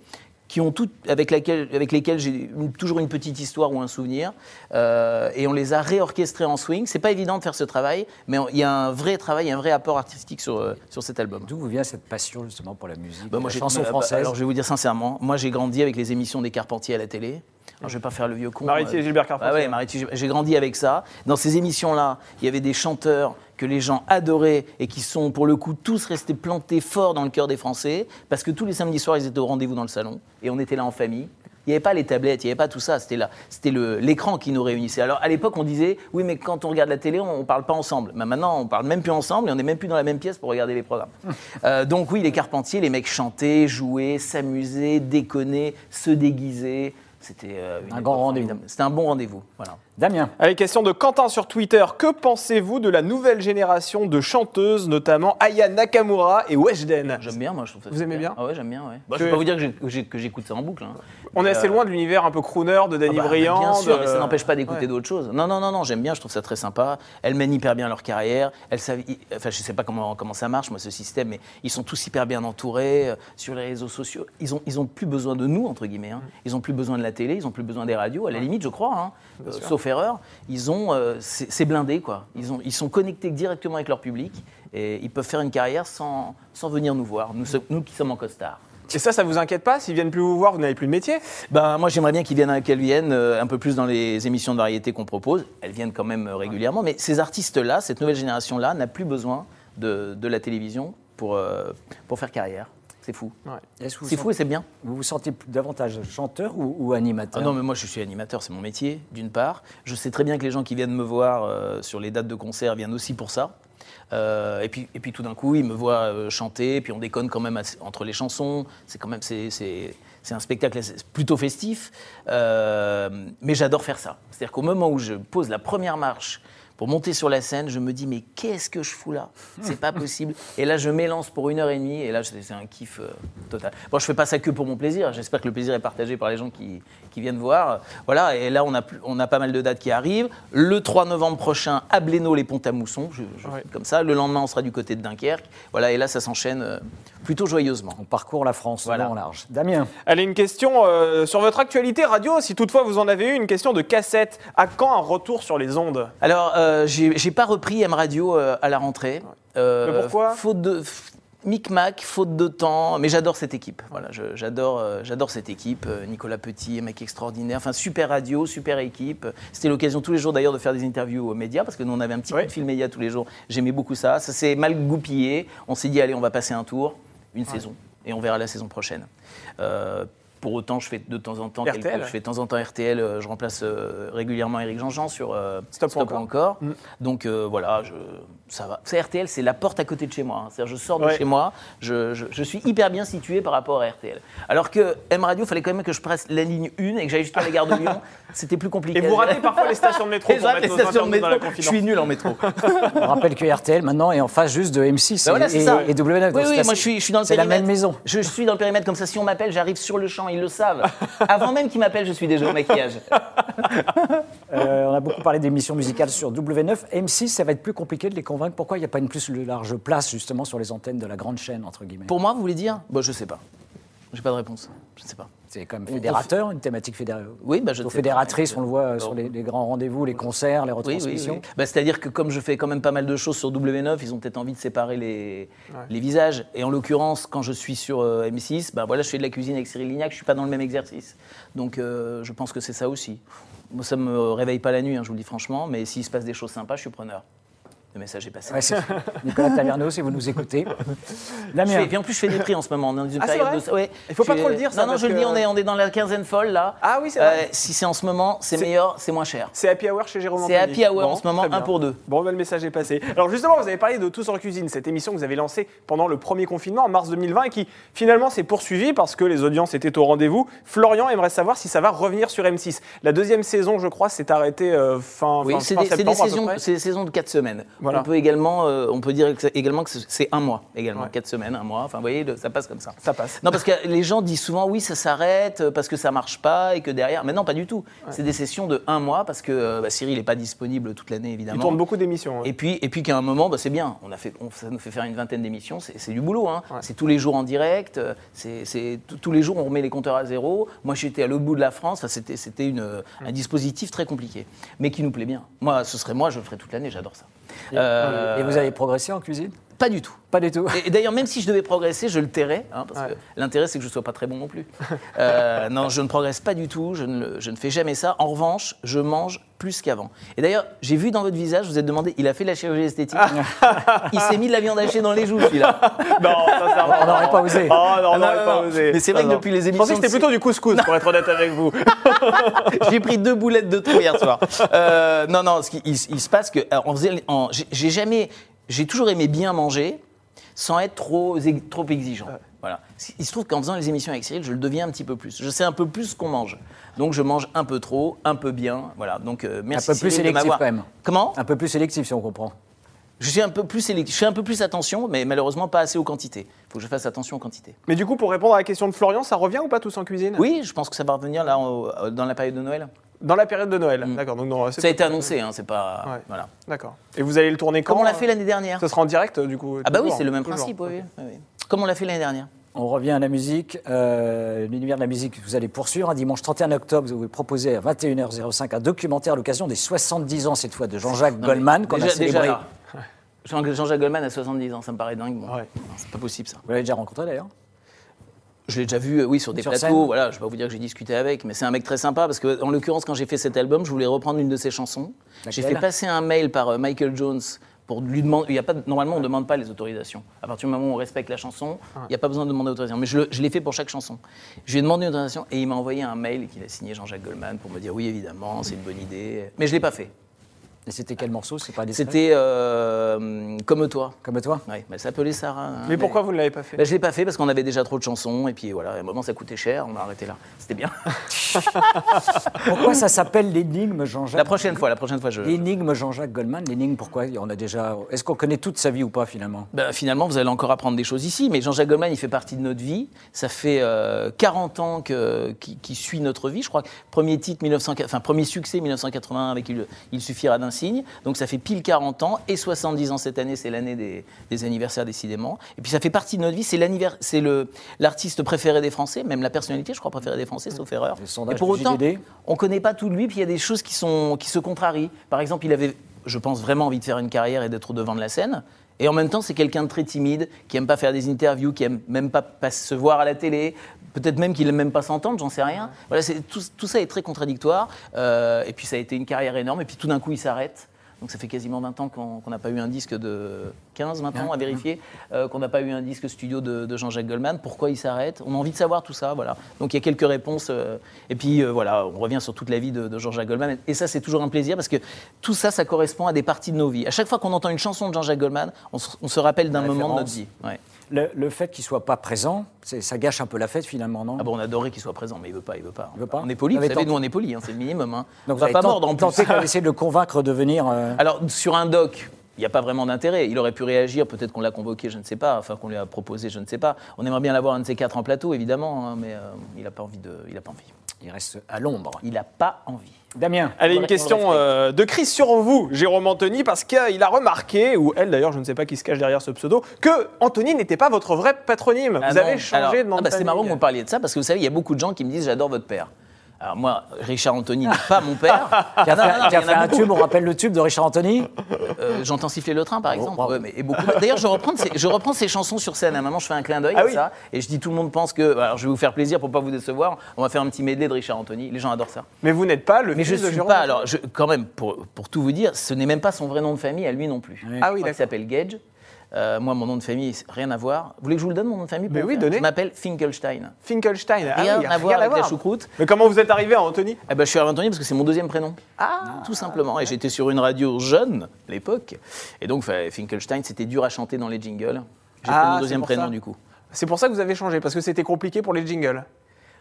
qui ont toutes, avec, laquelle, avec lesquelles j'ai une, toujours une petite histoire ou un souvenir, euh, et on les a réorchestrées en swing. C'est pas évident de faire ce travail, mais il y a un vrai travail, un vrai apport artistique sur, euh, sur cet album. D'où vous vient cette passion justement pour la musique, bah, moi, la j'ai, chanson bah, française? Alors je vais vous dire sincèrement, moi j'ai grandi avec les émissions des Carpentiers à la télé. Alors, je ne vais pas faire le vieux con. Mariti et Gilbert Carpentier. Ah ouais, Mariti, j'ai grandi avec ça. Dans ces émissions-là, il y avait des chanteurs que les gens adoraient et qui sont, pour le coup, tous restés plantés fort dans le cœur des Français, parce que tous les samedis soirs, ils étaient au rendez-vous dans le salon, et on était là en famille. Il n'y avait pas les tablettes, il n'y avait pas tout ça, c'était, là, c'était le, l'écran qui nous réunissait. Alors, à l'époque, on disait, oui, mais quand on regarde la télé, on ne parle pas ensemble. Mais maintenant, on ne parle même plus ensemble, et on n'est même plus dans la même pièce pour regarder les programmes. euh, donc oui, les Carpentiers, les mecs chantaient, jouaient, s'amusaient, déconnaient, se déguisaient. C'était euh, un grand rendez-vous. C'était un bon rendez-vous. Voilà. Damien. Allez, question de Quentin sur Twitter. Que pensez-vous de la nouvelle génération de chanteuses, notamment Aya Nakamura et Weshden? J'aime bien, moi, je trouve ça. Vous super. aimez bien? Ah ouais, j'aime bien, ouais. Bah, que... Je ne vais pas vous dire que, j'ai, que, j'ai, que j'écoute ça en boucle. Hein. On est assez loin de l'univers un peu crooner de Danny ah bah, Briand. Bien sûr, de... mais ça n'empêche pas d'écouter ouais. d'autres choses. Non, non, non, non, j'aime bien, je trouve ça très sympa. Elles mènent hyper bien leur carrière. Elles savent, enfin, je ne sais pas comment, comment ça marche, moi, ce système, mais ils sont tous hyper bien entourés euh, sur les réseaux sociaux. Ils n'ont ils ont plus besoin de nous, entre guillemets. Hein. Ils n'ont plus besoin de la télé, ils n'ont plus besoin des radios, à la limite, je crois, hein, euh, sauf erreur. Ils ont, euh, c'est, c'est blindé, quoi. Ils, ont, ils sont connectés directement avec leur public et ils peuvent faire une carrière sans, sans venir nous voir, nous, nous qui sommes en costard. Et ça, ça vous inquiète pas? S'ils viennent plus vous voir, vous n'avez plus de métier? Ben, moi, j'aimerais bien qu'ils viennent, qu'elles viennent euh, un peu plus dans les émissions de variété qu'on propose. Elles viennent quand même euh, régulièrement. Mais ces artistes-là, cette nouvelle génération-là, n'a plus besoin de, de la télévision pour, euh, pour faire carrière. C'est fou. Ouais. C'est sentez, fou et c'est bien. Vous vous sentez davantage chanteur ou, ou animateur? Ah non, mais moi, je suis animateur, c'est mon métier, d'une part. Je sais très bien que les gens qui viennent me voir euh, sur les dates de concert viennent aussi pour ça. Euh, et, puis, et puis tout d'un coup, ils me voient euh, chanter, et puis on déconne quand même assez, entre les chansons. C'est quand même c'est, c'est, c'est un spectacle plutôt festif, euh, mais j'adore faire ça. C'est-à-dire qu'au moment où je pose la première marche pour monter sur la scène, je me dis mais qu'est-ce que je fous là? C'est pas possible. Et là, je m'élance pour une heure et demie, et là, c'est un kiff euh, total. Bon, je fais pas ça que pour mon plaisir. J'espère que le plaisir est partagé par les gens qui, qui viennent voir. Voilà. Et là, on a, on a pas mal de dates qui arrivent. Le trois novembre prochain, à Blénaud, les Ponts-à-Mousson. Je, je ouais. Comme ça. Le lendemain, on sera du côté de Dunkerque. Voilà. Et là, ça s'enchaîne euh, plutôt joyeusement. On parcourt la France voilà. en large. Damien. Allez, une question euh, sur votre actualité radio, si toutefois vous en avez eu, une question de cassette. À quand un retour sur les ondes? Alors, euh, j'ai, j'ai pas repris M Radio euh, à la rentrée. Euh, mais pourquoi? Faute de f- micmac, faute de temps. Mais j'adore cette équipe. Voilà, je, j'adore, euh, j'adore cette équipe. Euh, Nicolas Petit, un mec extraordinaire. Enfin, super radio, super équipe. C'était l'occasion tous les jours d'ailleurs de faire des interviews aux médias parce que nous on avait un petit oui. coup de fil média tous les jours. J'aimais beaucoup ça. Ça s'est mal goupillé. On s'est dit allez, on va passer un tour, une ouais. saison, et on verra la saison prochaine. Euh, Pour autant, je fais de temps en temps, R T L. quelques, je fais de temps en temps R T L. Euh, je remplace euh, régulièrement Éric Jean-Jean sur euh, Stop, Stop encore. encore. Mm. Donc euh, voilà, je, ça va. C'est R T L, c'est la porte à côté de chez moi. Hein. C'est-à-dire, je sors de ouais. chez moi, je, je, je suis hyper bien situé par rapport à R T L. Alors que M Radio, il fallait quand même que je presse la ligne un et que j'aille jusqu'à la gare de Lyon. C'était plus compliqué. Et vous ratez parfois les stations de métro. Et pour mettre les stations de métro. Je suis nul en métro. On rappelle que R T L maintenant est en face juste de M six ben voilà, et, et, et W neuf. Oui, oui, moi je suis, je suis dans le c'est périmètre. la même maison. Je suis dans le périmètre comme ça. Si on m'appelle, j'arrive sur le champ. Ils le savent. Avant même qu'ils m'appellent, je suis déjà au maquillage. euh, on a beaucoup parlé d'émissions musicales sur W neuf. M six, ça va être plus compliqué de les convaincre. Pourquoi il n'y a pas une plus large place justement sur les antennes de la grande chaîne entre guillemets? Pour moi, vous voulez dire? Bon, je sais pas. J'ai pas de réponse. Je ne sais pas. C'est quand même fédérateur, une thématique fédératrice. Oui, bah je sais fédératrice, on le voit sur les, les grands rendez-vous, les concerts, les retransmissions. Oui, oui, oui. Bah, c'est-à-dire que comme je fais quand même pas mal de choses sur W neuf, ils ont peut-être envie de séparer les, ouais. les visages. Et en l'occurrence, quand je suis sur euh, M six, bah, voilà, je fais de la cuisine avec Cyril Lignac, je ne suis pas dans le même exercice. Donc euh, je pense que c'est ça aussi. Moi, ça ne me réveille pas la nuit, hein, je vous le dis franchement, mais s'il se passe des choses sympas, je suis preneur. Le message est passé. Ouais, c'est Nicolas Taverneau, si vous nous écoutez. Damien. Je fais, et en plus, je fais des prix en ce moment. On est dans une ah, période c'est vrai de. Ouais, il ne faut pas fais... trop le dire, ça. Non, non, je que... le dis, on est, on est dans la quinzaine folle, là. Ah oui, c'est vrai. Euh, si c'est en ce moment, c'est, c'est meilleur, c'est moins cher. C'est Happy Hour chez Jérôme C'est Anthony. Happy Hour bon, en ce moment, un pour deux. Bon, ben, le message est passé. Alors justement, vous avez parlé de Tous en cuisine, cette émission que vous avez lancée pendant le premier confinement en mars deux mille vingt et qui finalement s'est poursuivie parce que les audiences étaient au rendez-vous. Florian aimerait savoir si ça va revenir sur M six. La deuxième saison, je crois, s'est arrêtée euh, fin, oui, fin, c'est fin des, septembre c'est des à peu saisons, près. c'est des saisons de quatre semaines. Voilà. On peut également, euh, on peut dire que également que c'est un mois, également, ouais. quatre semaines, un mois. Enfin, vous voyez, ça passe comme ça. Ça passe. Non, parce que les gens disent souvent, oui, ça s'arrête parce que ça marche pas et que derrière. Mais non, pas du tout. Ouais. C'est des sessions de un mois parce que bah, Cyril n'est pas disponible toute l'année, évidemment. Il tourne beaucoup d'émissions. Ouais. Et puis, et puis qu'à un moment, bah, c'est bien. On a fait, on, ça nous fait faire une vingtaine d'émissions. C'est, c'est du boulot. Hein. Ouais. C'est tous les jours en direct. C'est, c'est tous les jours, on remet les compteurs à zéro. Moi, j'étais à l'autre bout de la France. Enfin, c'était, c'était une, mmh. un dispositif très compliqué, mais qui nous plaît bien. Moi, ce serait moi, je le ferais toute l'année. J'adore ça. Et, euh, et vous avez progressé en cuisine ? Pas du tout. Pas du tout. Et, et d'ailleurs, même si je devais progresser, je le tairais, hein, parce ouais. que l'intérêt, c'est que je ne sois pas très bon non plus. Euh, non, je ne progresse pas du tout, je ne, je ne fais jamais ça. En revanche, je mange plus qu'avant. Et d'ailleurs, j'ai vu dans votre visage, vous êtes demandé, il a fait la chirurgie esthétique. Il s'est mis de la viande hachée dans les joues, celui-là. Non, sincèrement. On n'aurait pas osé. Oh, non, on ah, n'aurait non, pas non. osé. Mais c'est vrai non, que non. depuis les émissions... Je pensais que c'était plutôt du couscous, non. pour être honnête avec vous. J'ai pris deux boulettes de trop hier soir. Euh, non, non, ce qui, il, il se passe que... Alors, on faisait, en, j'ai, j'ai jamais... J'ai toujours aimé bien manger, sans être trop, trop exigeant. Ouais. Voilà. Il se trouve qu'en faisant les émissions avec Cyril, je le deviens un petit peu plus. Je sais un peu plus ce qu'on mange. Donc je mange un peu trop, un peu bien. Voilà. Donc euh, merci un peu plus Cyril sélectif quand même. Comment ? Un peu plus sélectif si on comprend. Je suis un peu plus sélectif. Je fais un peu plus attention, mais malheureusement pas assez aux quantités. Il faut que je fasse attention aux quantités. Mais du coup, pour répondre à la question de Florian, ça revient ou pas tous en cuisine ? Oui, je pense que ça va revenir là en, dans la période de Noël. Dans la période de Noël, mmh. d'accord. Donc non, ça a été annoncé, hein, c'est pas. Ouais. Voilà. D'accord. Et vous allez le tourner quand ? Comme on l'a fait l'année dernière. Ça sera en direct, du coup. Ah bah toujours, oui, c'est le même toujours. principe, oui, oui, oui. Comme on l'a fait l'année dernière. On revient à la musique. Euh, l'univers de la musique, vous allez poursuivre. Un dimanche trente et un octobre, vous vous proposez à vingt et une heures cinq un documentaire à l'occasion des soixante-dix ans, cette fois, de Jean-Jacques non, Goldman, qu'on déjà, a célébré. Déjà là, Jean-Jacques Goldman a soixante-dix ans, ça me paraît dingue. Bon. Ouais. Non, c'est pas possible, ça. Vous l'avez déjà rencontré, d'ailleurs ? Je l'ai déjà vu, oui, sur des sur plateaux. Voilà, je ne vais pas vous dire que j'ai discuté avec, mais c'est un mec très sympa parce que, en l'occurrence, quand j'ai fait cet album, je voulais reprendre une de ses chansons. Laquelle ? J'ai fait passer un mail par Michael Jones pour lui demander. Il y a pas, normalement, on ne demande pas les autorisations. À partir du moment où on respecte la chanson, il n'y a pas besoin de demander l'autorisation. Mais je, le, je l'ai fait pour chaque chanson. Je lui ai demandé une autorisation et il m'a envoyé un mail qu'il a signé Jean-Jacques Goldman pour me dire oui, évidemment, c'est une bonne idée. Mais je ne l'ai pas fait. Et c'était quel morceau ? C'est pas C'était euh, Comme toi. Comme toi ? Oui, elle s'appelait Sarah. Hein, mais, mais pourquoi vous ne l'avez pas fait ? Ben, je ne l'ai pas fait parce qu'on avait déjà trop de chansons et puis voilà, à un moment ça coûtait cher, on a arrêté là. C'était bien. Pourquoi ça s'appelle l'énigme Jean-Jacques ? La prochaine fois, la prochaine fois je. L'énigme Jean-Jacques Goldman, l'énigme pourquoi ? On a déjà. Est-ce qu'on connaît toute sa vie ou pas finalement ? Ben, finalement, vous allez encore apprendre des choses ici, mais Jean-Jacques Goldman, il fait partie de notre vie. Ça fait euh, quarante ans que, qui, qui suit notre vie, je crois. Premier titre, mille neuf cent, enfin premier succès, mille neuf cent quatre-vingt-un avec Il, il suffira d'un signe. Donc ça fait pile quarante ans et soixante-dix ans cette année, c'est l'année des, des anniversaires décidément. Et puis ça fait partie de notre vie, c'est, c'est le, l'artiste préféré des Français, même la personnalité, je crois, préférée des Français, sauf erreur. Et pour autant, on ne connaît pas tout de lui, puis il y a des choses qui, sont, qui se contrarient. Par exemple, il avait, je pense, vraiment envie de faire une carrière et d'être au devant de la scène. Et en même temps, c'est quelqu'un de très timide, qui n'aime pas faire des interviews, qui n'aime même pas, pas se voir à la télé, peut-être même qu'il n'aime même pas s'entendre, j'en sais rien. Voilà, c'est, tout, tout ça est très contradictoire. Euh, et puis ça a été une carrière énorme, et puis tout d'un coup, il s'arrête. Donc ça fait quasiment vingt ans qu'on n'a pas eu un disque de... quinze maintenant à vérifier, euh, qu'on n'a pas eu un disque studio de, de Jean-Jacques Goldman. Pourquoi il s'arrête ? On a envie de savoir tout ça, voilà. Donc il y a quelques réponses. Euh, et puis euh, voilà, on revient sur toute la vie de, de Jean-Jacques Goldman. Et ça, c'est toujours un plaisir parce que tout ça, ça correspond à des parties de nos vies. À chaque fois qu'on entend une chanson de Jean-Jacques Goldman, on se, on se rappelle d'un moment de notre vie. Ouais. Le, le fait qu'il ne soit pas présent, c'est, ça gâche un peu la fête finalement, non ? Ah bon, on adorait qu'il soit présent, mais il ne veut pas, il veut pas. Il veut pas. On est poli, vous savez, tenté... nous on est poli, hein, c'est le minimum. Hein. Donc on va pas tant, mordre en plus. Tenté d'essayer de le convaincre de venir... Euh... Alors, sur un doc... Il n'y a pas vraiment d'intérêt. Il aurait pu réagir, peut-être qu'on l'a convoqué, je ne sais pas, enfin qu'on lui a proposé, je ne sais pas. On aimerait bien l'avoir un de ces quatre en plateau, évidemment, hein, mais euh, il n'a pas envie de, il n'a pas envie. Il reste à l'ombre. Il n'a pas envie. Damien. Allez, une question euh, de Chris sur vous, Jérôme Anthony, parce qu'il a remarqué, ou elle d'ailleurs, je ne sais pas qui se cache derrière ce pseudo, que Anthony n'était pas votre vrai patronyme. Ah vous non. avez changé Alors, de nom ah de bah famille. C'est marrant que vous parliez de ça, parce que vous savez, il y a beaucoup de gens qui me disent « j'adore votre père ». Alors moi, Richard Anthony n'est pas mon père. Qui a fait, non, non, qui a fait un tube, on rappelle le tube de Richard Anthony. euh, J'entends siffler le train, par exemple. Oh, wow. ouais, mais, et beaucoup... D'ailleurs, je reprends, ces, je reprends ces chansons sur scène. À un moment, je fais un clin d'œil ah à oui. ça. Et je dis, tout le monde pense que... Alors, je vais vous faire plaisir pour ne pas vous décevoir. On va faire un petit medley de Richard Anthony. Les gens adorent ça. Mais vous n'êtes pas le mais fils je de suis Jérôme pas. Anthony. Alors, je, quand même, pour, pour tout vous dire, ce n'est même pas son vrai nom de famille à lui non plus. Oui. Ah oui, Il s'appelle Gage. Euh, moi, mon nom de famille, rien à voir. Vous voulez que je vous le donne, mon nom de famille? Mais oui, donnez. Je m'appelle Finkelstein. Finkelstein. Ah Rien oui, à voir rien avec la choucroute. Mais comment vous êtes arrivé à Anthony? Eh ben, je suis arrivé à Anthony parce que c'est mon deuxième prénom. Ah. Tout simplement. Et j'étais sur une radio jeune, à l'époque. Et donc, Finkelstein, c'était dur à chanter dans les jingles. J'ai Ah, pris mon deuxième c'est pour prénom, ça. du coup. C'est pour ça que vous avez changé, parce que c'était compliqué pour les jingles.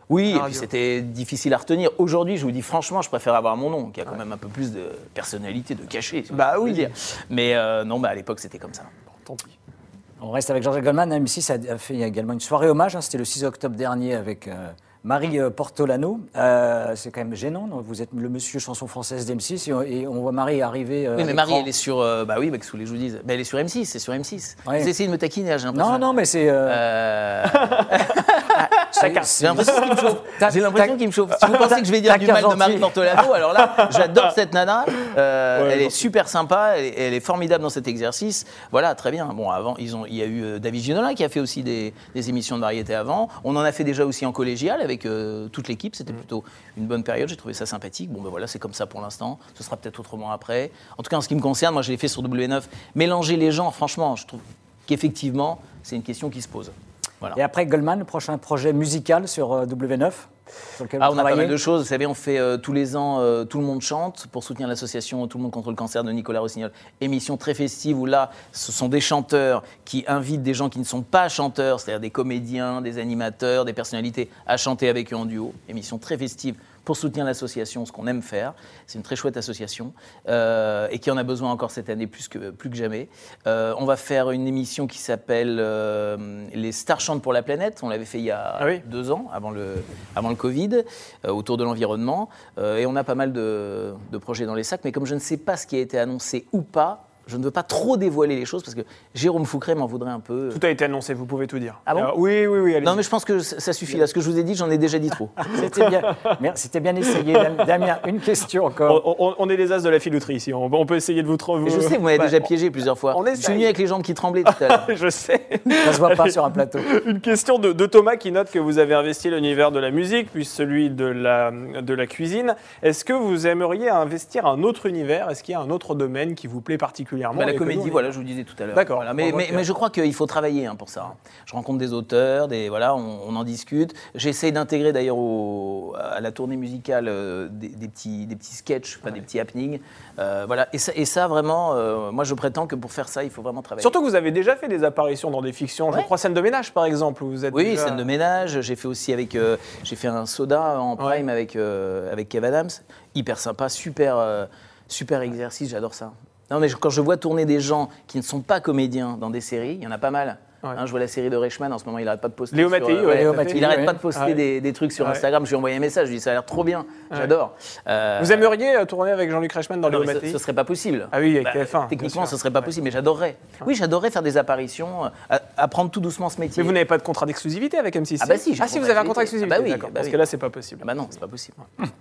Oui, et puis c'était difficile à retenir. Aujourd'hui, je vous dis franchement, je préfère avoir mon nom, qui a quand ouais. même un peu plus de personnalité, de cachet. Si bah oui. Dire. Mais euh, non, bah, à l'époque, c'était comme ça. Bon, tant pis. On reste avec Jean-Jacques Goldman. M six a fait également une soirée hommage. Hein, c'était le six octobre dernier avec euh, Marie Portolano. Euh, c'est quand même gênant. Non, vous êtes le monsieur chanson française d'M six et on, et on voit Marie arriver. Euh, oui, mais Marie, elle est sur. Euh, bah oui, bah, sous les je vous dis. Bah, elle est sur M six. C'est sur M six. Ouais. Vous essayez de me taquiner, j'ai l'impression. Non, non, mais c'est. Euh... Euh... J'ai l'impression qu'il me chauffe. J'ai l'impression qu'il me chauffe. Si vous pensez que je vais dire du mal de Marie Portolano, alors là, j'adore cette nana. Euh, ouais, elle est super sympa, elle est, elle est formidable dans cet exercice. Voilà, très bien. Bon, avant, ils ont, il y a eu euh, David Ginola qui a fait aussi des, des émissions de variété avant. On en a fait déjà aussi en collégial avec euh, toute l'équipe. C'était plutôt une bonne période. J'ai trouvé ça sympathique. Bon, ben voilà, c'est comme ça pour l'instant. Ce sera peut-être autrement après. En tout cas, en ce qui me concerne, moi, je l'ai fait sur W neuf. Mélanger les gens, franchement, je trouve qu'effectivement, c'est une question qui se pose. Voilà. Et après Goldman, le prochain projet musical sur euh, W neuf sur lequel ah, vous on travaillez. a pas mal de choses. Vous savez, on fait euh, tous les ans euh, Tout le monde chante pour soutenir l'association Tout le monde contre le cancer de Nicolas Rossignol. Émission très festive où là, ce sont des chanteurs qui invitent des gens qui ne sont pas chanteurs, c'est-à-dire des comédiens, des animateurs, des personnalités à chanter avec eux en duo. Émission très festive pour soutenir l'association, ce qu'on aime faire. C'est une très chouette association euh, et qui en a besoin encore cette année plus que, plus que jamais. Euh, on va faire une émission qui s'appelle euh, Les Stars chantent pour la planète. On l'avait fait il y a ah oui. deux ans, avant le, avant le Covid, euh, autour de l'environnement. Euh, et on a pas mal de, de projets dans les sacs. Mais comme je ne sais pas ce qui a été annoncé ou pas, je ne veux pas trop dévoiler les choses parce que Jérôme Foucret m'en voudrait un peu. Tout a été annoncé, vous pouvez tout dire. Ah bon ? Alors, oui, oui, oui. Allez-y. Non, mais je pense que ça suffit. Là, ce que je vous ai dit, j'en ai déjà dit trop. C'était bien, c'était bien essayé. Damien, une question encore. On, on, on est les as de la filouterie ici. On, on peut essayer de vous trouver. Je sais, vous m'avez bah, déjà piégé plusieurs fois. On je suis venu avec les jambes qui tremblaient tout à l'heure. Je sais. Ça se voit pas sur un plateau. Une question de, de Thomas qui note que vous avez investi l'univers de la musique, puis celui de la, de la cuisine. Est-ce que vous aimeriez investir un autre univers ? Est-ce qu'il y a un autre domaine qui vous plaît particulièrement ? bah, La comédie, voilà, je vous disais tout à l'heure. D'accord. Voilà. Mais, mais, mais je crois qu'il faut travailler hein, pour ça. Je rencontre des auteurs, des, voilà, on, on en discute. J'essaye d'intégrer d'ailleurs au, à la tournée musicale euh, des, des, petits, des petits sketchs, enfin, ouais. des petits happenings. Euh, voilà. et, ça, et ça, vraiment, euh, moi je prétends que pour faire ça, il faut vraiment travailler. Surtout que vous avez déjà fait des apparitions dans des fictions. Ouais. Je crois Scène de ménage, par exemple. Où vous êtes oui, déjà... Scène de ménage. J'ai fait aussi avec, euh, j'ai fait un soda en prime ouais. avec, euh, avec Kev Adams. Hyper sympa, super, euh, super exercice, j'adore ça. Non, mais quand je vois tourner des gens qui ne sont pas comédiens dans des séries, il y en a pas mal. Ouais. Hein, je vois la série de Reichmann, en ce moment, il n'arrête pas de poster. Léo Mattei, sur, euh, ouais, Léo Mattei, il n'arrête ouais. pas de poster ouais. des, des trucs sur ouais. Instagram. Je lui ai envoyé un message, je lui ai dit ça a l'air trop bien, ouais. j'adore. Euh, Vous aimeriez euh, tourner avec Jean-Luc Reichmann dans non, Léo Mattei ? Ce ne serait pas possible. Ah oui, avec bah, F un. Techniquement, ce ne serait pas ouais. possible, mais j'adorerais. Ouais. Oui, j'adorerais faire des apparitions, euh, apprendre tout doucement ce métier. Mais vous n'avez pas de contrat d'exclusivité avec M six ? Ah bah si, ah, si vous avez un contrat d'exclusivité. Ah bah oui, d'accord. Bah Parce oui. que là, c'est pas possible. Ah bah non, c'est pas possible.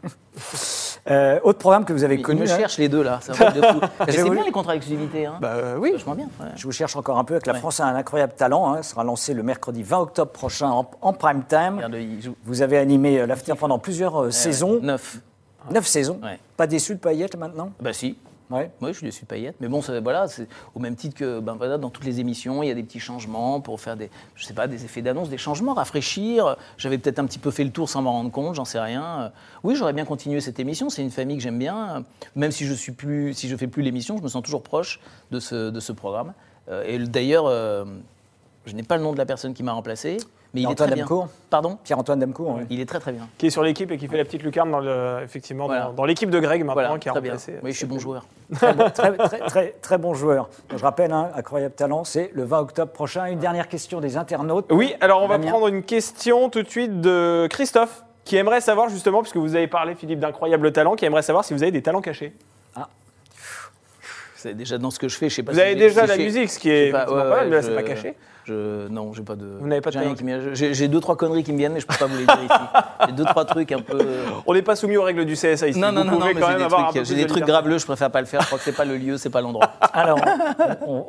euh, autre programme que vous avez connu. Ils me cherchent les deux là, c'est un truc de fou. C'est bien les contrats d'exclusivité. Hein. Bah euh, oui, vachement bien. Ouais. Je vous cherche encore un peu avec La France a un incroyable talent. Hein, sera lancé le mercredi vingt octobre prochain en, en prime time. Vous avez animé l'After pendant plusieurs euh, saisons. Neuf. Neuf saisons. Ouais. Pas déçu de Payette maintenant ? Bah si. Ouais. Oui, je suis déçu de Payette. Mais bon, c'est, voilà, c'est au même titre que ben, voilà, dans toutes les émissions, il y a des petits changements pour faire des, je sais pas, des effets d'annonce, des changements, rafraîchir. J'avais peut-être un petit peu fait le tour sans m'en rendre compte, j'en sais rien. Oui, j'aurais bien continué cette émission. C'est une famille que j'aime bien. Même si je suis plus, si je fais plus l'émission, je me sens toujours proche de ce, de ce programme. Euh, et d'ailleurs, euh, je n'ai pas le nom de la personne qui m'a remplacé. Mais il Antoine est très Demcourt. bien. Pardon ? Pierre-Antoine Demcourt. Oui. Il est très très bien. Qui est sur l'équipe et qui fait la petite lucarne dans le, effectivement voilà. dans, dans l'équipe de Greg maintenant voilà, qui a très remplacé. Bien. Oui, je suis bon joueur. Très bon, très, très, très, très bon joueur. Donc, je rappelle, hein, incroyable talent, c'est le vingt octobre prochain. Une dernière question des internautes. Oui, alors on Damien. va prendre une question tout de suite de Christophe qui aimerait savoir justement, puisque vous avez parlé Philippe d'incroyable talent, qui aimerait savoir si vous avez des talents cachés. Ah. C'est déjà dans ce que je fais, je sais pas. Vous si avez déjà si la je musique, ce qui est pas, ouais, pas mal, mais là je... c'est pas caché. Je, non, j'ai pas de. Vous n'avez pas de j'ai, rien qui me... j'ai, j'ai deux trois conneries qui me viennent, mais je peux pas vous les dire ici. J'ai deux trois trucs un peu. On n'est pas soumis aux règles du C S A ici. Non, vous non, non, pouvez non, quand mais même j'ai des avoir trucs, un peu j'ai plus des de trucs liberté. graveleux, je préfère pas le faire. Je crois que c'est pas le lieu, c'est pas l'endroit. Alors, on,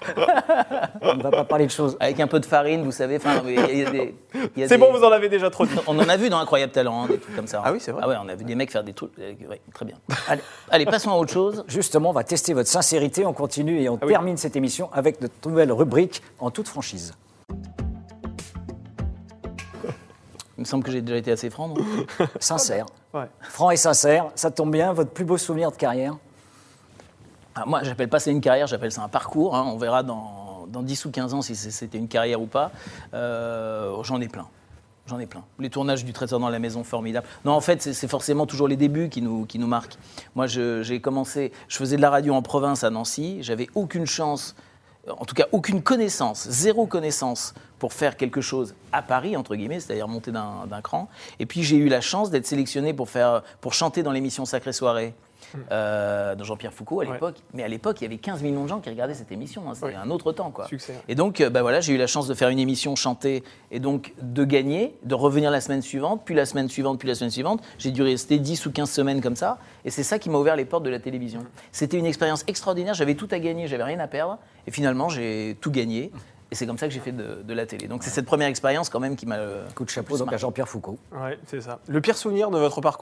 on ne va pas parler de choses. Avec un peu de farine, vous savez. Enfin, il y a des. Il y a c'est des... bon, vous en avez déjà trop dit. On en a vu dans Incroyable Talent, hein, des trucs comme ça. Ah oui, c'est vrai. Ah ouais, on a vu des mecs faire des trucs. Ouais, très bien. Allez, allez, passons à autre chose. Justement, on va tester votre sincérité. On continue et on ah oui. termine cette émission avec notre nouvelle rubrique en toute franchise. Il me semble que j'ai déjà été assez franc, non ? Sincère. Ouais. Franc et sincère, ça tombe bien. Votre plus beau souvenir de carrière ? Ah, moi, j'appelle pas ça une carrière, j'appelle ça un parcours. Hein. On verra dans, dans dix ou quinze ans si c'était une carrière ou pas. Euh, j'en ai plein. J'en ai plein. Les tournages du Trésor dans la maison, formidable. Non, en fait, c'est, c'est forcément toujours les débuts qui nous, qui nous marquent. Moi, je, j'ai commencé, je faisais de la radio en province à Nancy. J'avais aucune chance, en tout cas aucune connaissance, zéro connaissance pour faire quelque chose à Paris, entre guillemets, c'est-à-dire monter d'un, d'un cran. Et puis, j'ai eu la chance d'être sélectionné pour, faire, pour chanter dans l'émission Sacrée Soirée. Euh, de Jean-Pierre Foucault à l'époque, ouais. Mais à l'époque il y avait quinze millions de gens qui regardaient cette émission, hein. C'était ouais. un autre temps quoi. Succès. Et donc bah, voilà, j'ai eu la chance de faire une émission chantée et donc de gagner, de revenir la semaine suivante, puis la semaine suivante, puis la semaine suivante. J'ai dû rester dix ou quinze semaines comme ça et c'est ça qui m'a ouvert les portes de la télévision. C'était une expérience extraordinaire, j'avais tout à gagner, j'avais rien à perdre et finalement j'ai tout gagné. Et c'est comme ça que j'ai fait de, de la télé. Donc c'est cette première expérience quand même qui m'a... Coup de chapeau donc à Jean-Pierre Foucault. Ouais, c'est ça. Le pire souvenir de votre parcours ?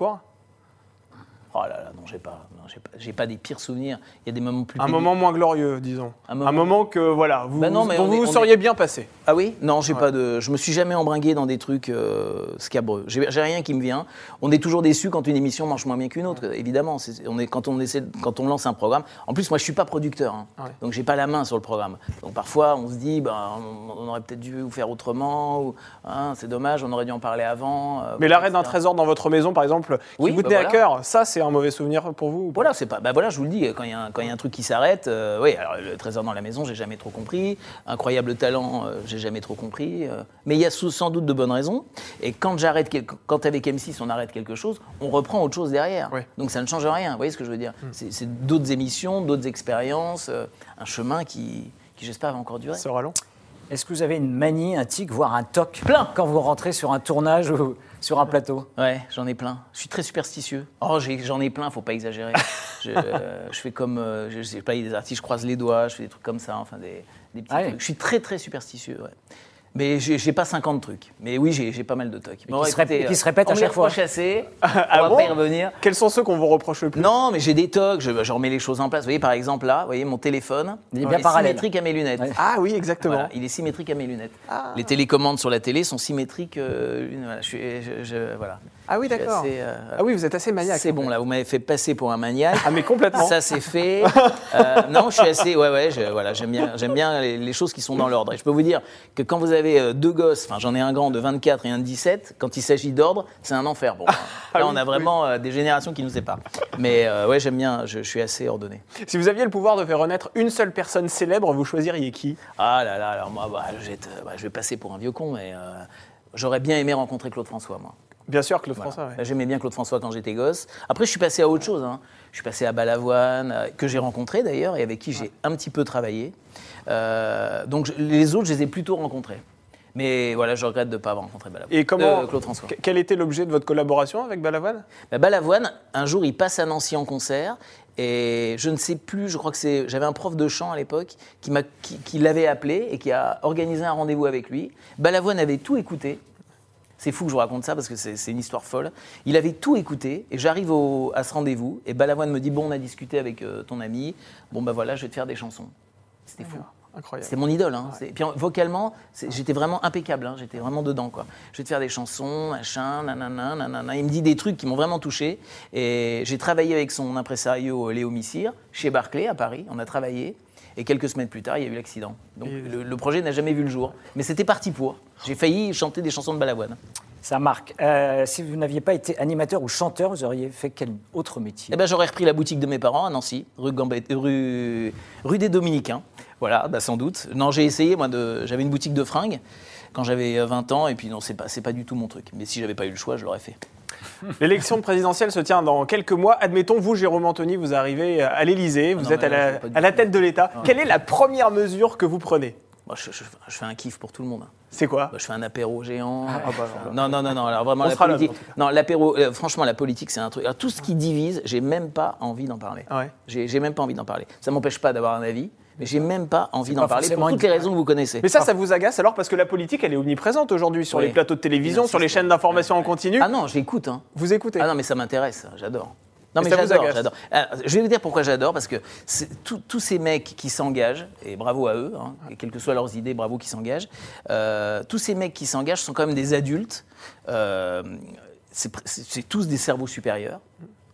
Oh là là, non, j'ai pas, non, j'ai pas, j'ai pas des pires souvenirs. Il y a des moments plus. Un pénibles. moment moins glorieux, disons. Un moment, un moment que voilà, vous, bah non, mais dont vous est, vous seriez est... bien passé. Ah oui, non, j'ai ouais. pas de. Je me suis jamais embringué dans des trucs euh, scabreux. J'ai, j'ai rien qui me vient. On est toujours déçu quand une émission marche moins bien qu'une autre. Ouais. Évidemment, c'est, on est quand on essaie, quand on lance un programme. En plus, moi, je suis pas producteur, hein, ouais. donc j'ai pas la main sur le programme. Donc parfois, on se dit, ben, on, on aurait peut-être dû vous faire autrement. Ou, hein, c'est dommage, on aurait dû en parler avant. Euh, mais l'arrêt d'un trésor dans votre maison, par exemple, qui oui, vous bah tenait voilà. à cœur, ça, c'est un mauvais souvenir. Pour vous voilà, c'est pas. Bah voilà, je vous le dis, quand il y a un, quand il y a un truc qui s'arrête, euh, oui, alors le Trésor dans la maison, j'ai jamais trop compris. Incroyable talent, euh, j'ai jamais trop compris. Euh, mais il y a sans doute de bonnes raisons. Et quand j'arrête, quelque, quand avec M six on arrête quelque chose, on reprend autre chose derrière. Oui. Donc ça ne change rien. Vous voyez ce que je veux dire ? mm. c'est, c'est d'autres émissions, d'autres expériences, euh, un chemin qui, qui j'espère va encore durer. Ça sera long. Est-ce que vous avez une manie, un tic, voire un toc plein quand vous rentrez sur un tournage ou sur un plateau ? Ouais, j'en ai plein. Je suis très superstitieux. Oh, j'ai, j'en ai plein, faut pas exagérer. je, euh, je fais comme, euh, je, je sais pas, il y a des artistes, je croise les doigts, je fais des trucs comme ça, enfin des, des petits ah trucs. Oui. Je suis très très superstitieux, ouais. Mais j'ai, j'ai pas cinquante trucs. Mais oui, j'ai, j'ai pas mal de tocs. Bon, qui, écoutez, se qui se répètent à chaque fois. On me les reproche assez, ah on va bon pas y revenir. Quels sont ceux qu'on vous reproche le plus ? Non, mais j'ai des tocs, je, je remets les choses en place. Vous voyez, par exemple, là, vous voyez, mon téléphone, il est bien il est symétrique à mes lunettes. Ouais. Ah oui, exactement. Voilà, il est symétrique à mes lunettes. Ah. Les télécommandes sur la télé sont symétriques. Euh, voilà, je suis, je, je, voilà. Ah oui, d'accord. Assez, euh, ah oui, vous êtes assez maniaque. C'est bon, là, vous m'avez fait passer pour un maniaque. Ah mais complètement. Ça, c'est fait. euh, non, je suis assez... Ouais, ouais, je, voilà, j'aime bien, j'aime bien les, les choses qui sont dans l'ordre. Et je peux vous dire que quand vous avez euh, deux gosses, enfin, j'en ai un grand de vingt-quatre et un de dix-sept, quand il s'agit d'ordre, c'est un enfer. Bon, là, ah on oui, a vraiment oui. euh, des générations qui nous séparent. Mais euh, ouais, j'aime bien, je, je suis assez ordonné. Si vous aviez le pouvoir de faire renaître une seule personne célèbre, vous choisiriez qui ? Ah là là, alors moi, bah, je, vais être, bah, je vais passer pour un vieux con, mais euh, j'aurais bien aimé rencontrer Claude François, moi. Bien sûr, Claude voilà. François. Ouais. J'aimais bien Claude François quand j'étais gosse. Après, je suis passé à autre chose. Hein. Je suis passé à Balavoine, euh, que j'ai rencontré d'ailleurs, et avec qui j'ai ouais. un petit peu travaillé. Euh, donc je, les autres, je les ai plutôt rencontrés. Mais voilà, je regrette de ne pas avoir rencontré Balavoine. Et comment, euh, Claude François. Quel était l'objet de votre collaboration avec Balavoine ? bah, Balavoine, un jour, il passe à Nancy en concert. Et je ne sais plus, je crois que c'est... J'avais un prof de chant à l'époque qui, m'a, qui, qui l'avait appelé et qui a organisé un rendez-vous avec lui. Balavoine avait tout écouté. C'est fou que je vous raconte ça parce que c'est, c'est une histoire folle. Il avait tout écouté et j'arrive au, à ce rendez-vous et Balavoine me dit « Bon, on a discuté avec euh, ton ami. Bon, ben voilà, je vais te faire des chansons. » C'était fou. Incroyable. C'était mon idole. Hein. Ouais. C'est... Puis vocalement, c'est... j'étais vraiment impeccable. Hein. J'étais vraiment dedans. Quoi. Je vais te faire des chansons, machin, nanana, nanana. Il me dit des trucs qui m'ont vraiment touché. Et j'ai travaillé avec son impresario Léo Missire chez Barclay à Paris. On a travaillé. Et quelques semaines plus tard, il y a eu l'accident. Donc et... le, le projet n'a jamais vu le jour. Mais c'était parti pour. J'ai failli chanter des chansons de Balavoine. Ça marque. Euh, si vous n'aviez pas été animateur ou chanteur, vous auriez fait quel autre métier ? Eh ben, j'aurais repris la boutique de mes parents à Nancy, rue, Gambet, rue, rue des Dominicains. Voilà, bah sans doute. Non, j'ai essayé, moi, de, j'avais une boutique de fringues quand j'avais vingt ans, et puis non, c'est pas, c'est pas du tout mon truc. Mais si j'avais pas eu le choix, je l'aurais fait. L'élection présidentielle se tient dans quelques mois. Admettons, vous, Jérôme Anthony, vous arrivez à l'Élysée, vous non, êtes à la, non, à la tête de l'État. Non. Quelle est la première mesure que vous prenez ? Bah, je, je, je fais un kiff pour tout le monde. C'est quoi ? bah, Je fais un apéro géant. Ah, bah, un... Non, non, non, non. Alors vraiment, on la politique. Non, l'apéro. Euh, franchement, la politique, c'est un truc. Alors, tout ce qui divise, j'ai même pas envie d'en parler. Ah ouais. J'ai, j'ai même pas envie d'en parler. Ça m'empêche pas d'avoir un avis. Mais j'ai même pas envie c'est d'en pas parler pour toutes les raisons que vous connaissez. Mais ça, ça vous agace alors parce que la politique, elle est omniprésente aujourd'hui sur oui. les plateaux de télévision, sur les chaînes d'information en continu. Ah non, j'écoute. Hein. Vous écoutez ? Ah non, mais ça m'intéresse, j'adore. Non, mais, mais j'adore, j'adore. Alors, je vais vous dire pourquoi j'adore, parce que tous ces mecs qui s'engagent, et bravo à eux, hein, et quelles que soient leurs idées, bravo qui s'engagent, euh, tous ces mecs qui s'engagent sont quand même des adultes, euh, c'est, c'est tous des cerveaux supérieurs.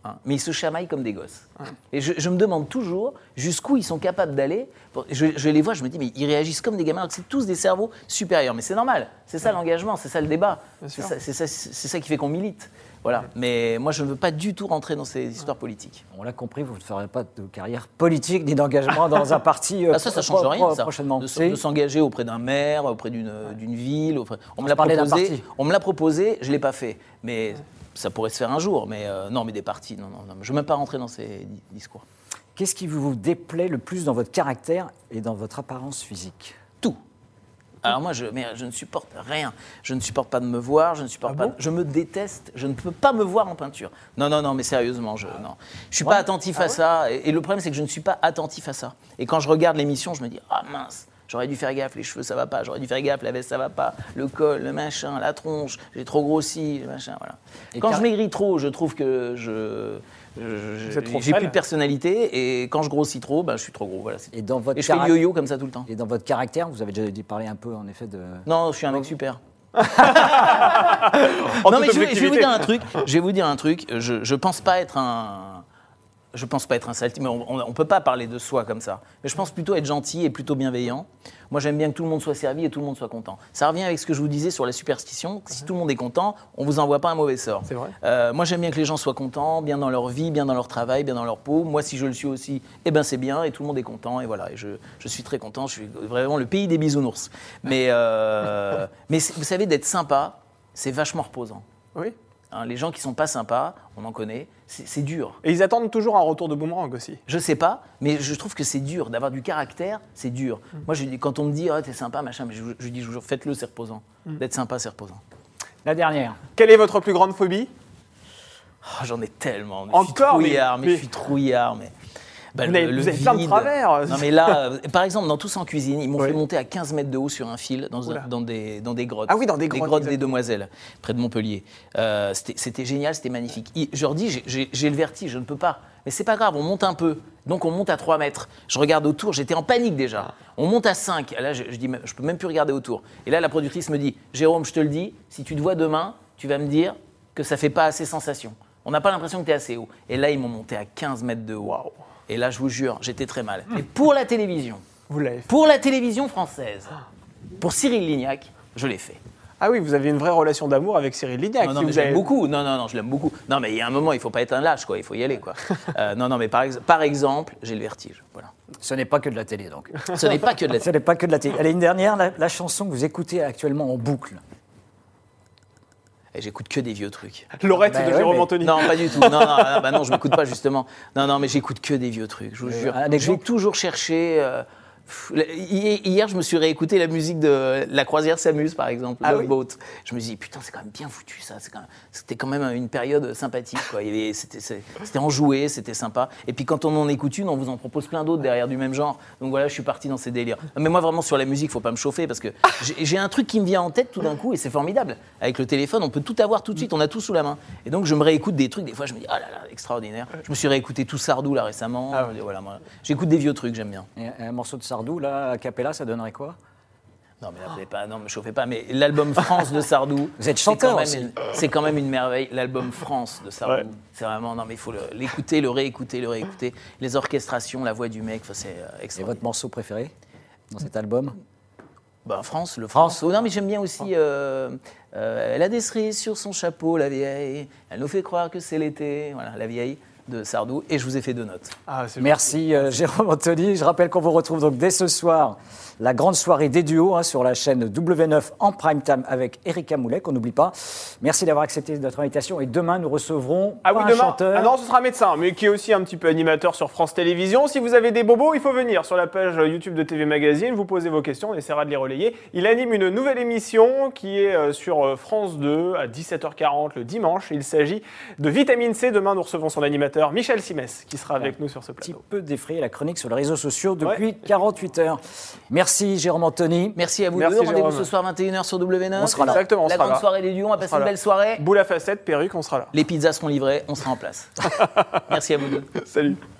Hein, mais ils se chamaillent comme des gosses. Ouais. Et je, je me demande toujours jusqu'où ils sont capables d'aller. Je, je les vois, je me dis, mais ils réagissent comme des gamins, alors que c'est tous des cerveaux supérieurs. Mais c'est normal, c'est ça ouais. l'engagement, c'est ça le débat. C'est ça, c'est, ça, c'est ça qui fait qu'on milite. Voilà. Ouais. Mais moi, je ne veux pas du tout rentrer dans ces histoires politiques. On l'a compris, vous ne ferez pas de carrière politique ni d'engagement dans un parti euh, ah, ça, ça change pro- rien, ça. prochainement. De, de s'engager auprès d'un maire, auprès d'une, ouais. d'une ville. Auprès... On, on, me l'a proposé, on me l'a proposé, je ne l'ai pas fait. Mais... Ouais. Ça pourrait se faire un jour, mais euh, non, mais des partis, non, non, non. Je ne veux même pas rentrer dans ces discours. Qu'est-ce qui vous déplaît le plus dans votre caractère et dans votre apparence physique ? Tout. Alors moi, je, mais je ne supporte rien. Je ne supporte pas de me voir, je ne supporte ah pas. Bon de, je me déteste. Je ne peux pas me voir en peinture. Non, non, non, mais sérieusement, je non. Je suis ouais. pas attentif ah à ouais ça. Et, et le problème, c'est que je ne suis pas attentif à ça. Et quand je regarde l'émission, je me dis ah mince. J'aurais dû faire gaffe, les cheveux ça va pas, j'aurais dû faire gaffe, la veste ça va pas, le col, le machin, la tronche, j'ai trop grossi, le machin, voilà. Et quand car... je maigris trop, je trouve que je, je, je j'ai plus de personnalité, et quand je grossis trop, ben, je suis trop gros, voilà. Et, dans votre et je fais le yo-yo comme ça tout le temps. Et dans votre caractère, vous avez déjà dû parler un peu en effet de... Non, je suis un mec super. non mais je vais, je vais vous dire un truc, je vais vous dire un truc, je, je pense pas être un... Je ne pense pas être un sale type, mais on ne peut pas parler de soi comme ça. Mais je pense plutôt être gentil et plutôt bienveillant. Moi, j'aime bien que tout le monde soit servi et tout le monde soit content. Ça revient avec ce que je vous disais sur la superstition. Si tout le monde est content, on ne vous envoie pas un mauvais sort. C'est vrai. Euh, moi, j'aime bien que les gens soient contents, bien dans leur vie, bien dans leur travail, bien dans leur peau. Moi, si je le suis aussi, eh ben, c'est bien et tout le monde est content. Et voilà, et je, je suis très content. Je suis vraiment le pays des bisounours. Mais, euh, mais vous savez, d'être sympa, c'est vachement reposant. Oui. Hein, les gens qui ne sont pas sympas, on en connaît, c'est, c'est dur. Et ils attendent toujours un retour de boomerang aussi. Je sais pas, mais je trouve que c'est dur. D'avoir du caractère, c'est dur. Mmh. Moi, je dis, quand on me dit oh, « t'es sympa, machin », mais je, je dis toujours « faites-le, c'est reposant. Mmh. » D'être sympa, c'est reposant. La dernière. Quelle est votre plus grande phobie ? oh, J'en ai tellement. Mais Encore, je suis trouillard, mais, mais, mais... je suis trouillard, mais... Bah, vous le, avez, le vous avez plein de travers. Non mais là, euh, par exemple, dans Tous en cuisine, ils m'ont oui. fait monter à quinze mètres de haut sur un fil dans, un, dans, des, dans des grottes. Ah oui, dans des grottes. Des grottes des Demoiselles, près de Montpellier. Euh, c'était, c'était génial, c'était magnifique. Et je leur dis, j'ai, j'ai, j'ai le vertige, je ne peux pas. Mais c'est pas grave, on monte un peu. Donc on monte à trois mètres. Je regarde autour, j'étais en panique déjà. On monte à cinq. Là, je, je dis, je peux même plus regarder autour. Et là, la productrice me dit, Jérôme, je te le dis, si tu te vois demain, tu vas me dire que ça fait pas assez sensation. On n'a pas l'impression que tu es assez haut. Et là, ils m'ont monté à quinze mètres de haut. Wow. Et là, je vous jure, j'étais très mal. Et pour la télévision, vous l'avez fait. Pour la télévision française, pour Cyril Lignac, je l'ai fait. Ah oui, vous avez une vraie relation d'amour avec Cyril Lignac. Non, non, mais je l'aime beaucoup. Non, non, non, je l'aime beaucoup. Non, mais il y a un moment, il ne faut pas être un lâche, quoi. Il faut y aller, quoi. euh, non, non, mais par, ex- par exemple, j'ai le vertige. Voilà. Ce n'est pas que de la télé, donc. Ce n'est pas que de la télé. Ce n'est pas que de la télé. Allez, une dernière, la, la chanson que vous écoutez actuellement en boucle. Et j'écoute que des vieux trucs. Lorette bah, de ouais, Jérôme mais... Anthony. Non, pas du tout. Non, non, non, bah non je ne m'écoute pas, justement. Non, non, mais j'écoute que des vieux trucs, je vous jure. Je vais toujours chercher... Euh... Hier, je me suis réécouté la musique de La Croisière s'amuse, par exemple, ah Love oui. Boat. Je me suis dit, putain, c'est quand même bien foutu, ça. C'est quand même... C'était quand même une période sympathique, quoi. Il y avait... c'était... c'était enjoué, c'était sympa. Et puis, quand on en écoute une, on vous en propose plein d'autres derrière du même genre. Donc voilà, je suis parti dans ces délires. Mais moi, vraiment, sur la musique, il ne faut pas me chauffer parce que j'ai... j'ai un truc qui me vient en tête tout d'un coup et c'est formidable. Avec le téléphone, on peut tout avoir tout de suite, on a tout sous la main. Et donc, je me réécoute des trucs. Des fois, je me dis, ah là là, extraordinaire. Je me suis réécouté tout Sardou, là, récemment. Ah ouais. Voilà, moi, j'écoute des vieux trucs, j'aime bien. Et un morceau de Sardou, là, à Capella, ça donnerait quoi ? Non, mais là, vous n'avez pas, non, me chauffez pas. Mais l'album France de Sardou, vous êtes chanteur c'est quand, même une, c'est quand même une merveille. L'album France de Sardou, ouais. C'est vraiment, non, mais il faut le, l'écouter, le réécouter, le réécouter. Les orchestrations, la voix du mec, c'est euh, extraordinaire. Et votre morceau préféré dans cet album ? Ben, France, le France. Oh, non, mais j'aime bien aussi. Euh, euh, elle a des cerises sur son chapeau, la vieille. Elle nous fait croire que c'est l'été. Voilà, la vieille de Sardou. Et je vous ai fait deux notes. Ah, c'est Merci euh, Jérôme Anthony. Je rappelle qu'on vous retrouve donc dès ce soir, la grande soirée des duos hein, sur la chaîne W neuf en prime time avec Erika Moulet, qu'on n'oublie pas. Merci d'avoir accepté notre invitation. Et demain, nous recevrons ah oui, un demain, chanteur. Ah non, ce sera un médecin, mais qui est aussi un petit peu animateur sur France Télévisions. Si vous avez des bobos, il faut venir sur la page YouTube de T V Magazine. Vous posez vos questions, on essaiera de les relayer. Il anime une nouvelle émission qui est sur France deux à dix-sept heures quarante le dimanche. Il s'agit de Vitamine C. Demain, nous recevons son animateur Michel Simès qui sera avec nous sur ce plateau. Un petit peu défrayé la chronique sur les réseaux sociaux depuis ouais. quarante-huit heures. Merci Jérôme Anthony. Merci à vous Merci deux. Rendez-vous Jérôme. ce soir vingt et une heures sur W neuf. On sera là. Exactement, on la sera grande là. soirée des duos, on va passer une là. belle soirée. Boule à facettes, perruque, on sera là. Les pizzas seront livrées, on sera en place. Merci à vous deux. Salut.